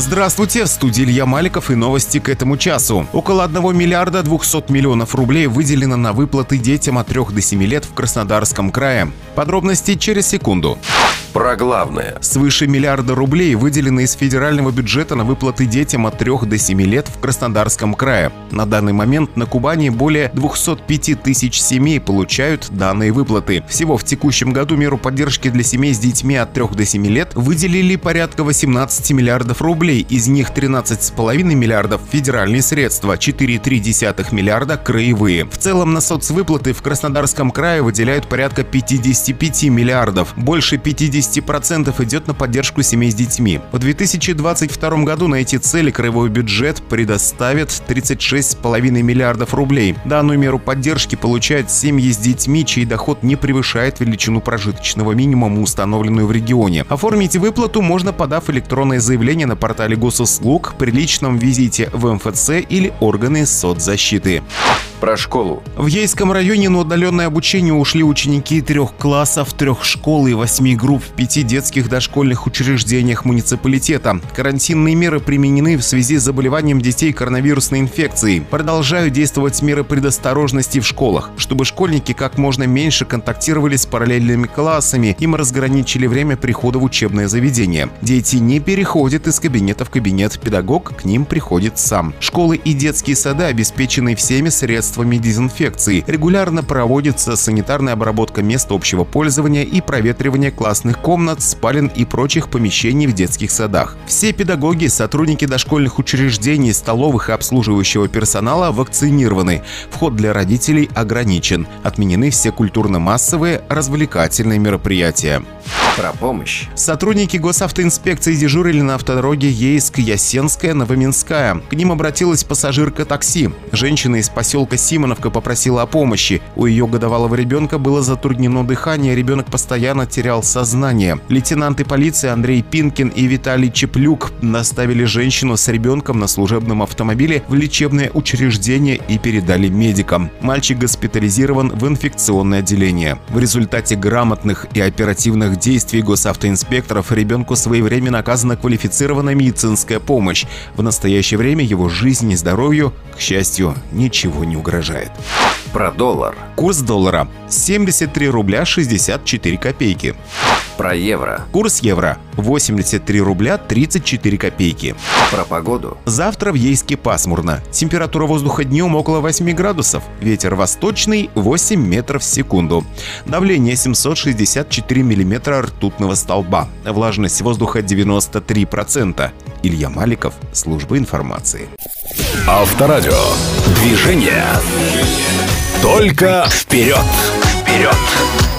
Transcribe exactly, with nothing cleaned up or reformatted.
Здравствуйте, в студии Илья Маликов и новости к этому часу. Около одного миллиарда двухсот миллионов рублей выделено на выплаты детям от трёх до семи лет в Краснодарском крае. Подробности через секунду. Про главное. Свыше миллиарда рублей выделено из федерального бюджета на выплаты детям от трёх до семи лет в Краснодарском крае. На данный момент на Кубани более двухсот пяти тысяч семей получают данные выплаты. Всего в текущем году меру поддержки для семей с детьми от трёх до семи лет выделили порядка восемнадцати миллиардов рублей. Из них тринадцать с половиной миллиардов федеральные средства, четыре целых три десятых миллиарда краевые. В целом на соцвыплаты в Краснодарском крае выделяют порядка пятидесяти пяти миллиардов. Больше пятидесяти процентов идет на поддержку семей с детьми. В две тысячи двадцать втором году на эти цели краевой бюджет предоставит тридцать шесть с половиной миллиардов рублей. Данную меру поддержки получают семьи с детьми, чей доход не превышает величину прожиточного минимума, установленную в регионе. Оформить выплату можно, подав электронное заявление на портале госуслуг, при личном визите в эм эф цэ или органы соцзащиты. Про школу. В Ейском районе на удаленное обучение ушли ученики трех классов, трех школ и восьми групп в пяти детских дошкольных учреждениях муниципалитета. Карантинные меры применены в связи с заболеванием детей коронавирусной инфекцией. Продолжают действовать меры предосторожности в школах, чтобы школьники как можно меньше контактировали с параллельными классами. Им разграничили время прихода в учебное заведение. Дети не переходят из кабинета в кабинет, педагог к ним приходит сам. Школы и детские сады обеспечены всеми средствами дезинфекции. Регулярно проводится санитарная обработка мест общего пользования и проветривание классных комнат, спален и прочих помещений в детских садах. Все педагоги, сотрудники дошкольных учреждений, столовых и обслуживающего персонала вакцинированы. Вход для родителей ограничен. Отменены все культурно-массовые развлекательные мероприятия. Про помощь. Сотрудники госавтоинспекции дежурили на автодороге Ейск-Ясенская-Новоминская. К ним обратилась пассажирка такси. Женщина из поселка Симоновка попросила о помощи. У ее годовалого ребенка было затруднено дыхание, ребенок постоянно терял сознание. Лейтенанты полиции Андрей Пинкин и Виталий Чеплюк доставили женщину с ребенком на служебном автомобиле в лечебное учреждение и передали медикам. Мальчик госпитализирован в инфекционное отделение. В результате грамотных и оперативных действий госавтоинспекторов ребенку своевременно оказана квалифицированная медицинская помощь. В настоящее время его жизни и здоровью, к счастью, ничего не угрожает. Про доллар. Курс доллара семьдесят три рубля шестьдесят четыре копейки. Про евро. Курс евро восемьдесят три рубля тридцать четыре копейки. Про погоду. Завтра в Ейске пасмурно. Температура воздуха днем около восьми градусов. Ветер восточный восемь метров в секунду. Давление семьсот шестьдесят четыре миллиметра ртутного столба. Влажность воздуха девяносто три процента. Илья Маликов, служба информации. Авторадио. Движение. Только вперед. Вперед.